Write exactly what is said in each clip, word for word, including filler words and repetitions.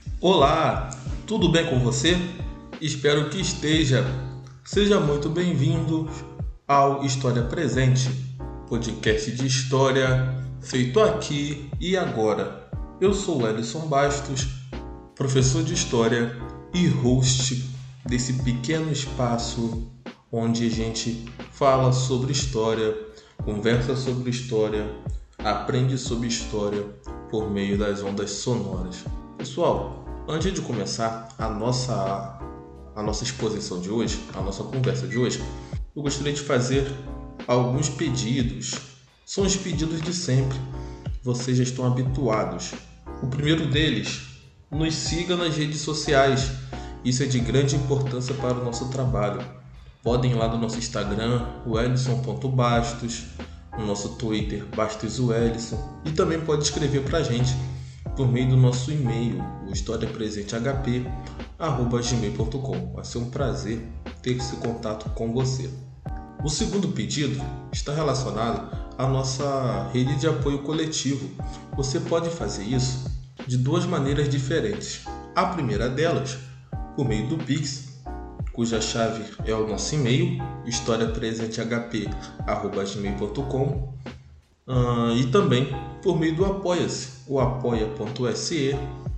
Olá, tudo bem com você? Espero que esteja. Seja muito bem-vindo ao História Presente, podcast de história feito aqui e agora. Eu sou Wellison Bastos, professor de história e host desse pequeno espaço onde a gente fala sobre história, conversa sobre história, aprende sobre história por meio das ondas sonoras. Pessoal, antes de começar a nossa, a nossa exposição de hoje, a nossa conversa de hoje, eu gostaria de fazer alguns pedidos. São os pedidos de sempre, vocês já estão habituados. O primeiro deles, nos siga nas redes sociais. Isso é de grande importância para o nosso trabalho. Podem ir lá no nosso Instagram, wellison ponto bastos, no nosso Twitter, bastoswellison, e também pode escrever para a gente por meio do nosso e-mail, o historiapresentehp arroba gmail ponto com. Vai ser um prazer ter esse contato com você. O segundo pedido está relacionado à nossa rede de apoio coletivo. Você pode fazer isso de duas maneiras diferentes. A primeira delas, por meio do Pix, cuja chave é o nosso e-mail, historiapresentehp arroba gmail ponto com, uh, e também por meio do Apoia-se, o apoia.se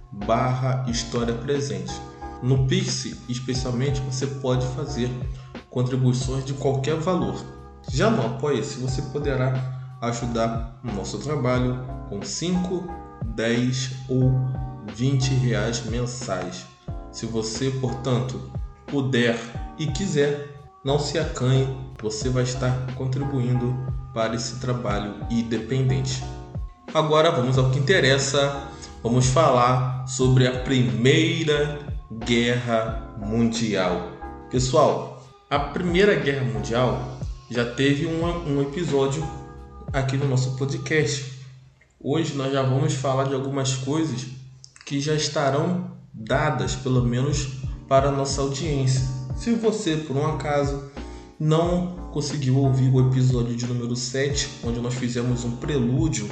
barra História Presente. No Pix, especialmente, você pode fazer contribuições de qualquer valor. Já no Apoia-se, você poderá ajudar o nosso trabalho com cinco, dez ou vinte reais mensais. Se você, portanto, puder e quiser, não se acanhe, você vai estar contribuindo para esse trabalho independente. Agora vamos ao que interessa. Vamos falar sobre a Primeira Guerra Mundial. Pessoal, a Primeira Guerra Mundial já teve um, um episódio aqui no nosso podcast. Hoje nós já vamos falar de algumas coisas que já estarão dadas, pelo menos para a nossa audiência. Se você, por um acaso, não conseguiu ouvir o episódio de número sete, onde nós fizemos um prelúdio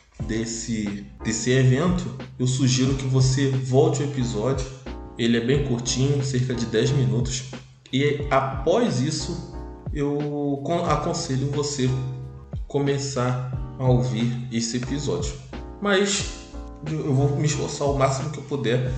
desse, desse evento, eu sugiro que você volte ao episódio. Ele é bem curtinho, cerca de dez minutos, e após isso eu aconselho você começar a ouvir esse episódio. Mas eu vou me esforçar o máximo que eu puder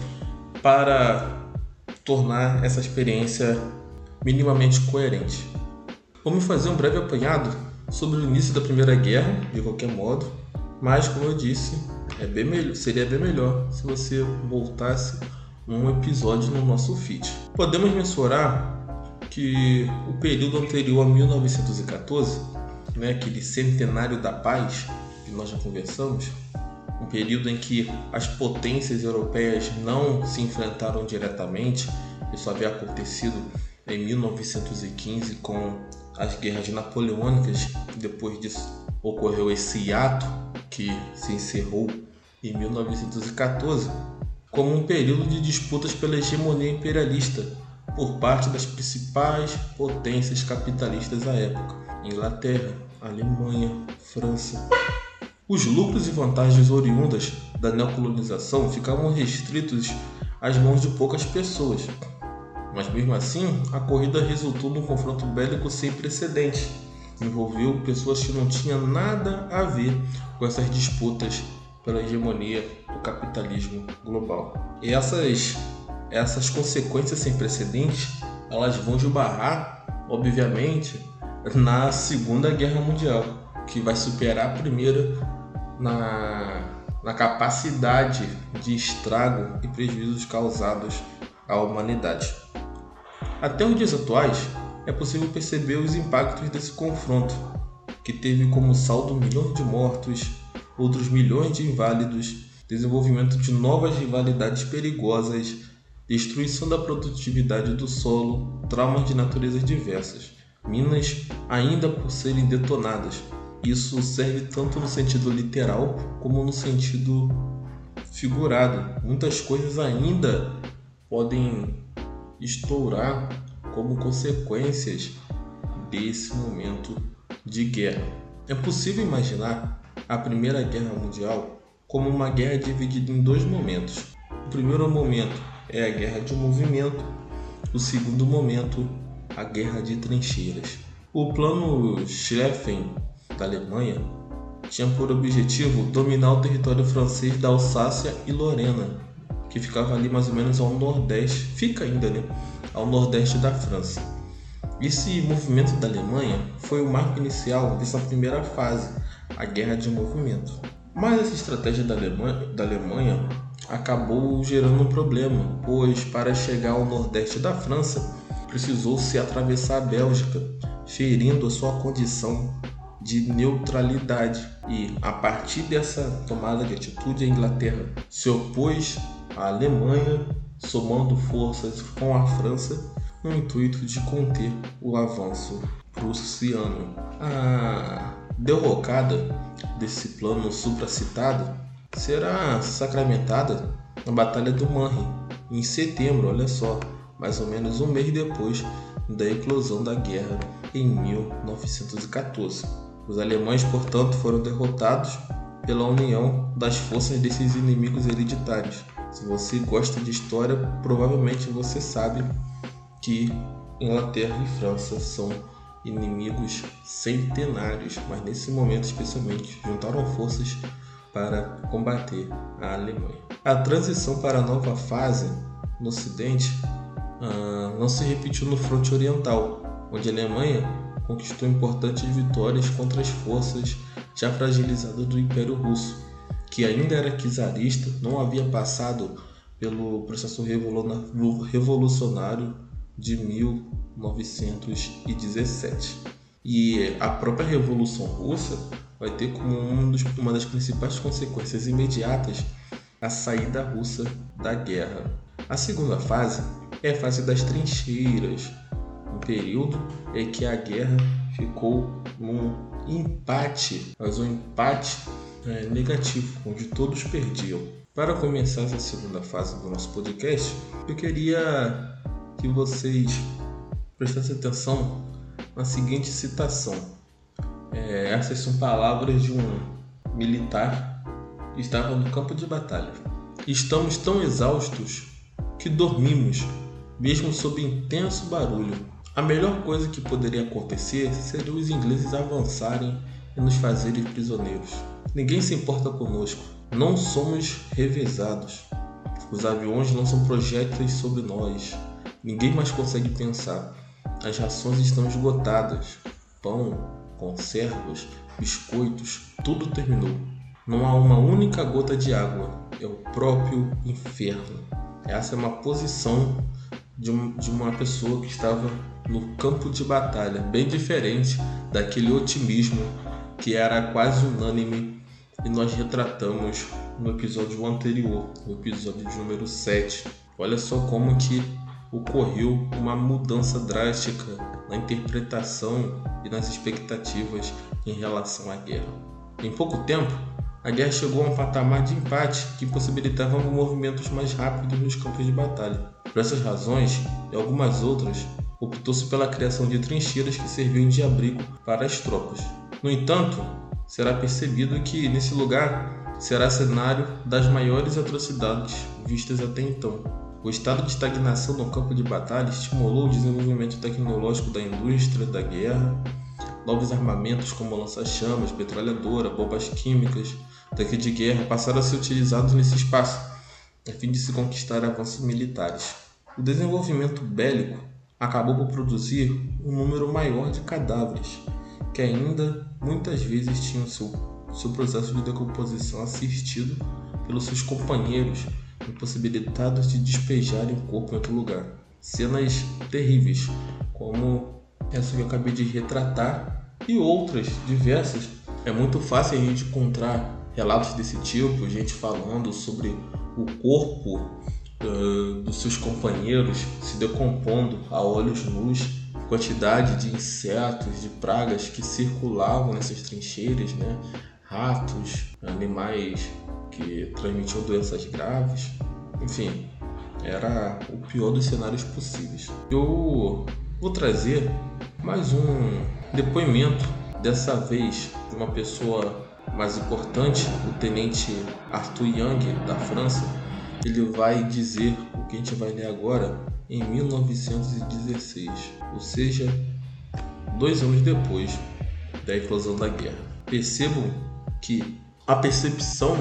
para tornar essa experiência minimamente coerente. Vamos fazer um breve apanhado sobre o início da Primeira Guerra, de qualquer modo, mas como eu disse, é bem melhor, seria bem melhor se você voltasse um episódio no nosso feed. Podemos mensurar que o período anterior a mil novecentos e catorze, né, aquele centenário da paz que nós já conversamos, um período em que as potências europeias não se enfrentaram diretamente. Isso havia acontecido em mil novecentos e quinze com as guerras napoleônicas. Depois disso ocorreu esse hiato que se encerrou em mil novecentos e catorze como um período de disputas pela hegemonia imperialista por parte das principais potências capitalistas da época: Inglaterra, Alemanha, França. Os lucros e vantagens oriundas da neocolonização ficavam restritos às mãos de poucas pessoas. Mas mesmo assim, a corrida resultou num confronto bélico sem precedentes. Envolveu pessoas que não tinham nada a ver com essas disputas pela hegemonia do capitalismo global. E essas, essas consequências sem precedentes, elas vão esbarrar, obviamente, na Segunda Guerra Mundial, que vai superar a primeira na, na capacidade de estrago e prejuízos causados à humanidade. Até os dias atuais, é possível perceber os impactos desse confronto, que teve como saldo milhões de mortos, outros milhões de inválidos, desenvolvimento de novas rivalidades perigosas, destruição da produtividade do solo, traumas de naturezas diversas, minas ainda por serem detonadas. Isso serve tanto no sentido literal como no sentido figurado. Muitas coisas ainda podem estourar como consequências desse momento de guerra. É possível imaginar a Primeira Guerra Mundial como uma guerra dividida em dois momentos. O primeiro momento é a guerra de movimento, o segundo momento, a guerra de trincheiras. O plano Schlieffen da Alemanha tinha por objetivo dominar o território francês da Alsácia e Lorena, que ficava ali mais ou menos ao nordeste, fica ainda, né, ao nordeste da França. Esse movimento da Alemanha foi o marco inicial dessa primeira fase, a guerra de movimento. Mas essa estratégia da Alemanha, da Alemanha acabou gerando um problema, pois para chegar ao nordeste da França precisou-se atravessar a Bélgica, ferindo a sua condição de neutralidade. E a partir dessa tomada de atitude, a Inglaterra se opôs à Alemanha, somando forças com a França no intuito de conter o avanço prussiano. A derrocada desse plano supracitado será sacramentada na Batalha do Marne, em setembro, olha só, mais ou menos um mês depois da eclosão da guerra em mil novecentos e catorze. Os alemães, portanto, foram derrotados pela união das forças desses inimigos hereditários. Se você gosta de história, provavelmente você sabe que Inglaterra e França são inimigos centenários, mas nesse momento especialmente juntaram forças para combater a Alemanha. A transição para a nova fase no Ocidente ah, não se repetiu no fronte oriental, onde a Alemanha conquistou importantes vitórias contra as forças já fragilizadas do Império Russo, que ainda era czarista, não havia passado pelo processo revolucionário de mil novecentos e dezessete. E a própria Revolução Russa vai ter como um dos, uma das principais consequências imediatas a saída russa da guerra. A segunda fase é a fase das trincheiras, um período em que a guerra ficou num empate, mas um empate é, negativo, onde todos perdiam. Para começar essa segunda fase do nosso podcast, eu queria que vocês prestassem atenção na seguinte citação. É, essas são palavras de um militar que estava no campo de batalha. Estamos tão exaustos que dormimos, mesmo sob intenso barulho. A melhor coisa que poderia acontecer seria os ingleses avançarem e nos fazerem prisioneiros. Ninguém se importa conosco. Não somos revezados. Os aviões lançam projéteis sobre nós. Ninguém mais consegue pensar. As rações estão esgotadas. Pão, conservas, biscoitos, tudo terminou. Não há uma única gota de água. É o próprio inferno. Essa é uma posição de, um, de uma pessoa que estava no campo de batalha, bem diferente daquele otimismo que era quase unânime e nós retratamos no episódio anterior, no episódio de número sete. Olha só como que ocorreu uma mudança drástica na interpretação e nas expectativas em relação à guerra. Em pouco tempo, a guerra chegou a um patamar de empate que possibilitava movimentos mais rápidos nos campos de batalha. Por essas razões e algumas outras, optou-se pela criação de trincheiras que serviam de abrigo para as tropas. No entanto, será percebido que nesse lugar será cenário das maiores atrocidades vistas até então. O estado de estagnação no campo de batalha estimulou o desenvolvimento tecnológico da indústria da guerra. Novos armamentos como lança-chamas, metralhadora, bombas químicas, tanques de guerra passaram a ser utilizados nesse espaço, a fim de se conquistar avanços militares. O desenvolvimento bélico acabou por produzir um número maior de cadáveres, que ainda muitas vezes tinham seu, seu processo de decomposição assistido pelos seus companheiros, impossibilitados de despejarem o corpo em outro lugar. Cenas terríveis, como essa que eu acabei de retratar, e outras diversas. É muito fácil a gente encontrar relatos desse tipo, gente falando sobre o corpo uh, dos seus companheiros se decompondo a olhos nus, quantidade de insetos, de pragas que circulavam nessas trincheiras, né? Ratos, animais que transmitiam doenças graves, enfim, era o pior dos cenários possíveis. Eu vou trazer mais um depoimento, dessa vez de uma pessoa mais importante, o tenente Arthur Young, da França, ele vai dizer o que a gente vai ler agora em mil novecentos e dezesseis, ou seja, dois anos depois da eclosão da guerra. Percebam que a percepção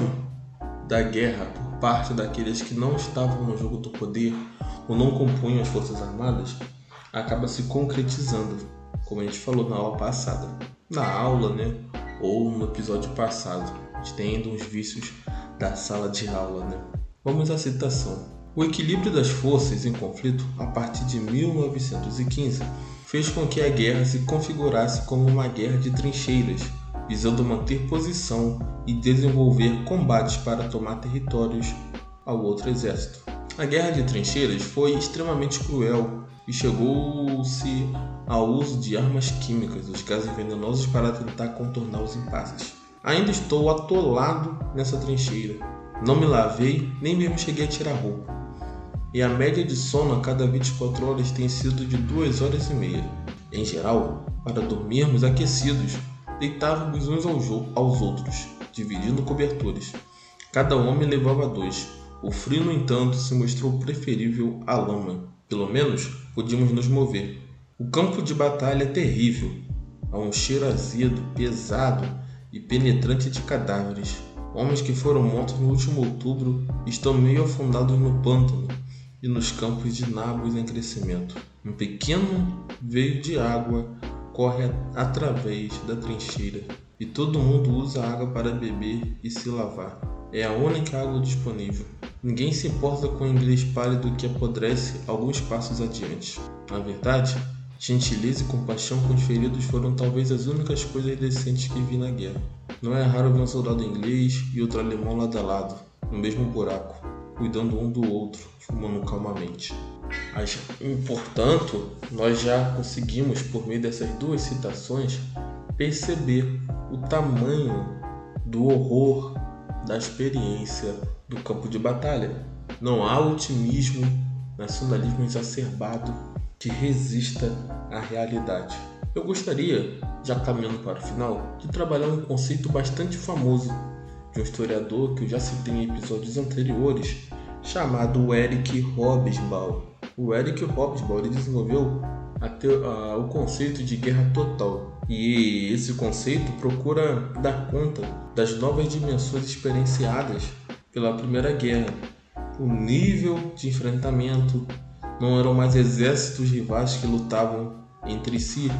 da guerra por parte daqueles que não estavam no jogo do poder ou não compunham as Forças Armadas acaba se concretizando, como a gente falou na aula passada. Na aula, né? Ou no episódio passado. A gente tem ainda uns vícios da sala de aula, né? Vamos à citação. O equilíbrio das forças em conflito a partir de mil novecentos e quinze fez com que a guerra se configurasse como uma guerra de trincheiras, visando manter posição e desenvolver combates para tomar territórios ao outro exército. A guerra de trincheiras foi extremamente cruel e chegou-se ao uso de armas químicas, os gases venenosos, para tentar contornar os impasses. Ainda estou atolado nessa trincheira. Não me lavei, nem mesmo cheguei a tirar roupa. E a média de sono a cada vinte e quatro horas tem sido de duas horas e meia. Em geral, para dormirmos aquecidos, deitávamos uns aos outros, dividindo cobertores. Cada homem levava dois. O frio, no entanto, se mostrou preferível à lama. Pelo menos, podíamos nos mover. O campo de batalha é terrível. Há um cheiro azedo, pesado e penetrante de cadáveres. Homens que foram mortos no último outubro estão meio afundados no pântano e nos campos de nabos em crescimento. Um pequeno veio de água corre através da trincheira e todo mundo usa água para beber e se lavar. É a única água disponível. Ninguém se importa com o inglês pálido que apodrece alguns passos adiante. Na verdade, gentileza e compaixão com os feridos foram talvez as únicas coisas decentes que vi na guerra. Não é raro ver um soldado inglês e outro alemão lado a lado, no mesmo buraco, cuidando um do outro, fumando calmamente. Mas, portanto, nós já conseguimos, por meio dessas duas citações, perceber o tamanho do horror da experiência do campo de batalha. Não há otimismo, nacionalismo exacerbado que resista à realidade. Eu gostaria, já caminhando para o final, de trabalhar um conceito bastante famoso de um historiador que eu já citei em episódios anteriores, chamado Eric Hobsbawm. O Eric Hobsbawm ele desenvolveu até, uh, o conceito de guerra total, e esse conceito procura dar conta das novas dimensões experienciadas pela Primeira Guerra. O nível de enfrentamento não eram mais exércitos rivais que lutavam entre si,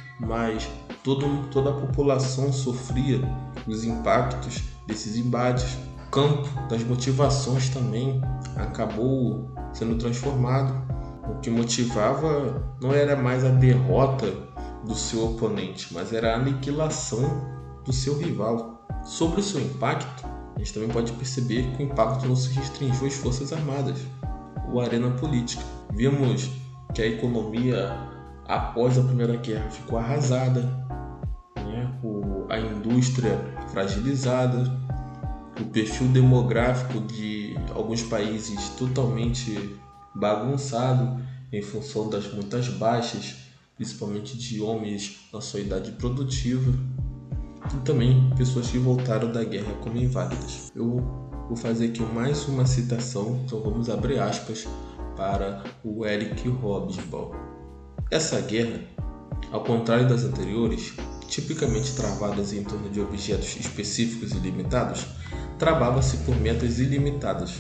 mas todo, toda a população sofria os impactos desses embates. O campo das motivações também acabou sendo transformado. O que motivava não era mais a derrota do seu oponente, mas era a aniquilação do seu rival. Sobre o seu impacto, a gente também pode perceber que o impacto não se restringiu às Forças Armadas, ou à arena política. Vimos que a economia após a Primeira Guerra ficou arrasada, né? o, a indústria fragilizada, o perfil demográfico de alguns países totalmente bagunçado em função das muitas baixas, principalmente de homens na sua idade produtiva, e também pessoas que voltaram da guerra como inválidas. Eu vou fazer aqui mais uma citação, então vamos abrir aspas para o Eric Hobsbawm. Essa guerra, ao contrário das anteriores, tipicamente travadas em torno de objetos específicos e limitados, travava-se por metas ilimitadas.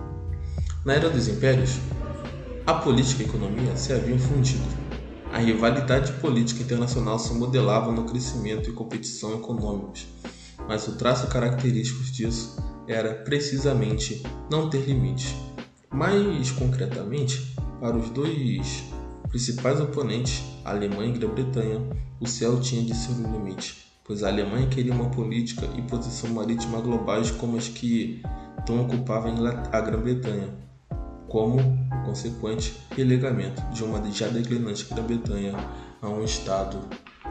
Na era dos impérios, a política e a economia se haviam fundido. A rivalidade política internacional se modelava no crescimento e competição econômicos, mas o traço característico disso era precisamente não ter limites. Mais concretamente, para os dois principais oponentes, a Alemanha e a Grã-Bretanha, o céu tinha de ser um limite, pois a Alemanha queria uma política e posição marítima globais como as que então ocupavam a Grã-Bretanha, como o consequente relegamento de uma já declinante Grã-Bretanha a um estado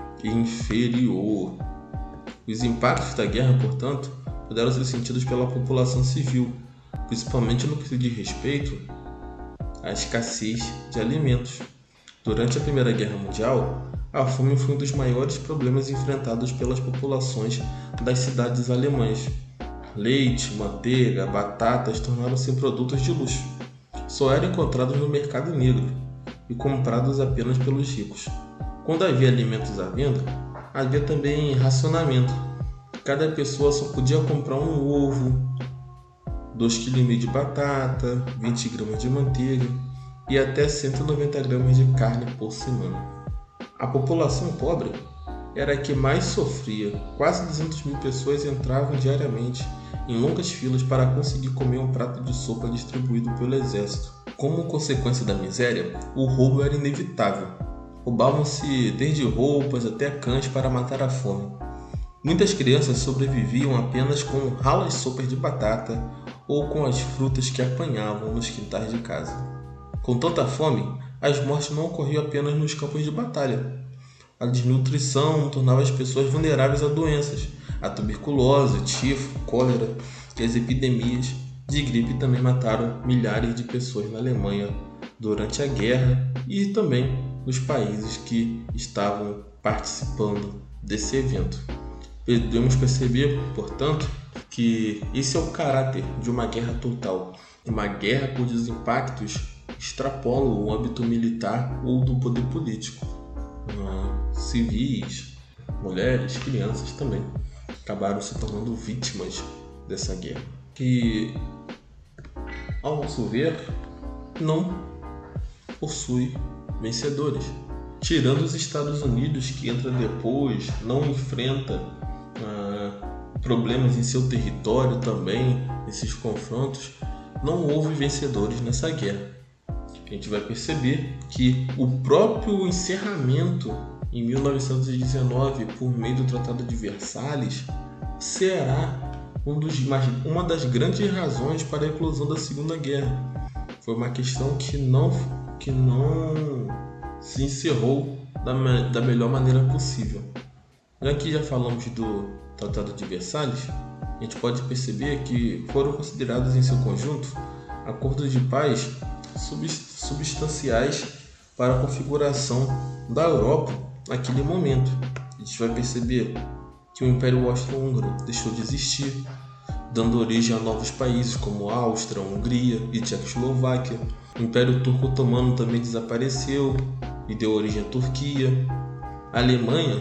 inferior. Os impactos da guerra, portanto, puderam ser sentidos pela população civil, principalmente no que diz respeito à escassez de alimentos. Durante a Primeira Guerra Mundial, a fome foi um dos maiores problemas enfrentados pelas populações das cidades alemãs. leite, manteiga, batatas tornaram-se produtos de luxo. Só eram encontrados no mercado negro e comprados apenas pelos ricos. Quando havia alimentos à venda, havia também racionamento. Cada pessoa só podia comprar um ovo, dois vírgula cinco quilos de batata, vinte gramas de manteiga e até cento e noventa gramas de carne por semana. A população pobre era a que mais sofria. Quase duzentas mil pessoas entravam diariamente em longas filas para conseguir comer um prato de sopa distribuído pelo exército. Como consequência da miséria, o roubo era inevitável. Roubavam-se desde roupas até cães para matar a fome. Muitas crianças sobreviviam apenas com ralas sopas de batata ou com as frutas que apanhavam nos quintais de casa. Com tanta fome, as mortes não ocorriam apenas nos campos de batalha. A desnutrição tornava as pessoas vulneráveis a doenças. A tuberculose, tifo, cólera e as epidemias de gripe também mataram milhares de pessoas na Alemanha durante a guerra e também nos países que estavam participando desse evento. Podemos perceber, portanto, que esse é o caráter de uma guerra total. Uma guerra cujos impactos extrapolam o âmbito militar ou do poder político. Uh, civis, mulheres, crianças também acabaram se tornando vítimas dessa guerra, que, ao nosso ver, não possui vencedores. Tirando os Estados Unidos, que entra depois, não enfrenta uh, problemas em seu território também, esses confrontos, não houve vencedores nessa guerra. A gente vai perceber que o próprio encerramento em mil novecentos e dezenove por meio do Tratado de Versalhes será um dos, uma das grandes razões para a eclosão da Segunda Guerra. Foi uma questão que não, que não se encerrou da, da melhor maneira possível. Já que já falamos do Tratado de Versalhes, a gente pode perceber que foram considerados em seu conjunto acordos de paz substanciais para a configuração da Europa naquele momento. A gente vai perceber que o Império Austro-Húngaro deixou de existir, dando origem a novos países como Áustria, Hungria e Tchecoslováquia. O Império Turco-Otomano também desapareceu e deu origem à Turquia. A Alemanha,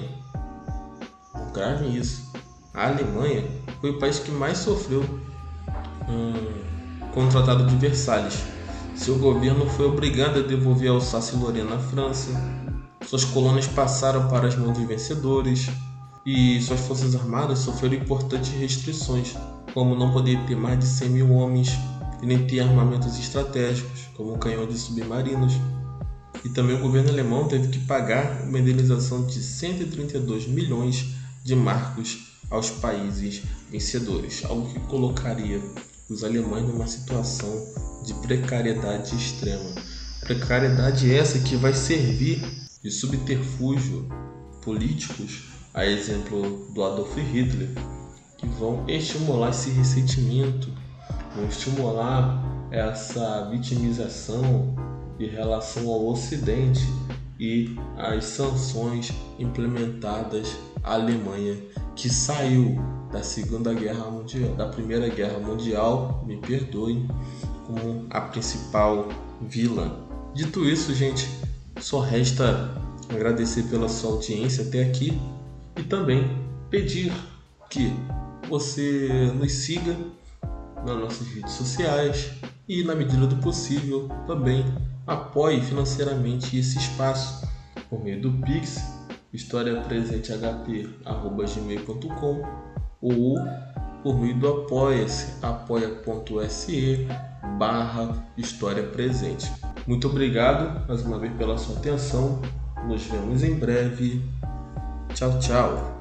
gravem isso, a Alemanha foi o país que mais sofreu hum, com o Tratado de Versalhes. Seu governo foi obrigado a devolver a Alsácia e Lorena à França. Suas colônias passaram para as mãos dos vencedores e suas forças armadas sofreram importantes restrições, como não poder ter mais de cem mil homens e nem ter armamentos estratégicos, como canhões submarinos. E também o governo alemão teve que pagar uma indenização de cento e trinta e dois milhões de marcos aos países vencedores, algo que colocaria os alemães numa situação de precariedade extrema. Precariedade essa que vai servir de subterfúgio políticos, a exemplo do Adolf Hitler, que vão estimular esse ressentimento, vão estimular essa vitimização em relação ao Ocidente e as sanções implementadas à Alemanha, que saiu da Segunda Guerra Mundial, da Primeira Guerra Mundial, me perdoem, como a principal vilã. Dito isso, gente, só resta agradecer pela sua audiência até aqui e também pedir que você nos siga nas nossas redes sociais e, na medida do possível, também apoie financeiramente esse espaço por meio do Pix, historiapresentehp arroba gmail ponto com, ou por meio do apoia-se, apoia.se barra História Presente. Muito obrigado mais uma vez pela sua atenção. Nos vemos em breve. Tchau, tchau.